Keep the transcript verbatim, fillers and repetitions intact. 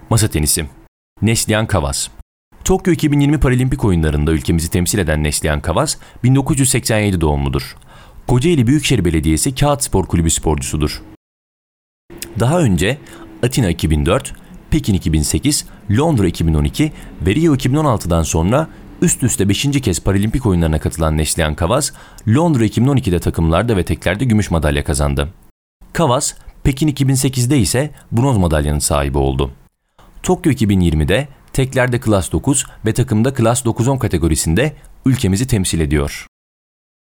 Masa tenisi. Neslihan Kavaz. Tokyo iki bin yirmi Paralimpik oyunlarında ülkemizi temsil eden Neslihan Kavaz, bin dokuz yüz seksen yedi doğumludur. Kocaeli Büyükşehir Belediyesi Kağıt Spor Kulübü sporcusudur. Daha önce Atina iki bin dört, Pekin iki bin sekiz, Londra iki bin on iki ve Rio iki bin on altıdan sonra üst üste beşinci kez Paralimpik oyunlarına katılan Neslihan Kavaz, Londra iki bin on ikide takımlarda ve teklerde gümüş madalya kazandı. Kavaz, Pekin iki bin sekizde ise bronz madalyanın sahibi oldu. Tokyo iki bin yirmide teklerde klas dokuz ve takımda klas dokuz on kategorisinde ülkemizi temsil ediyor.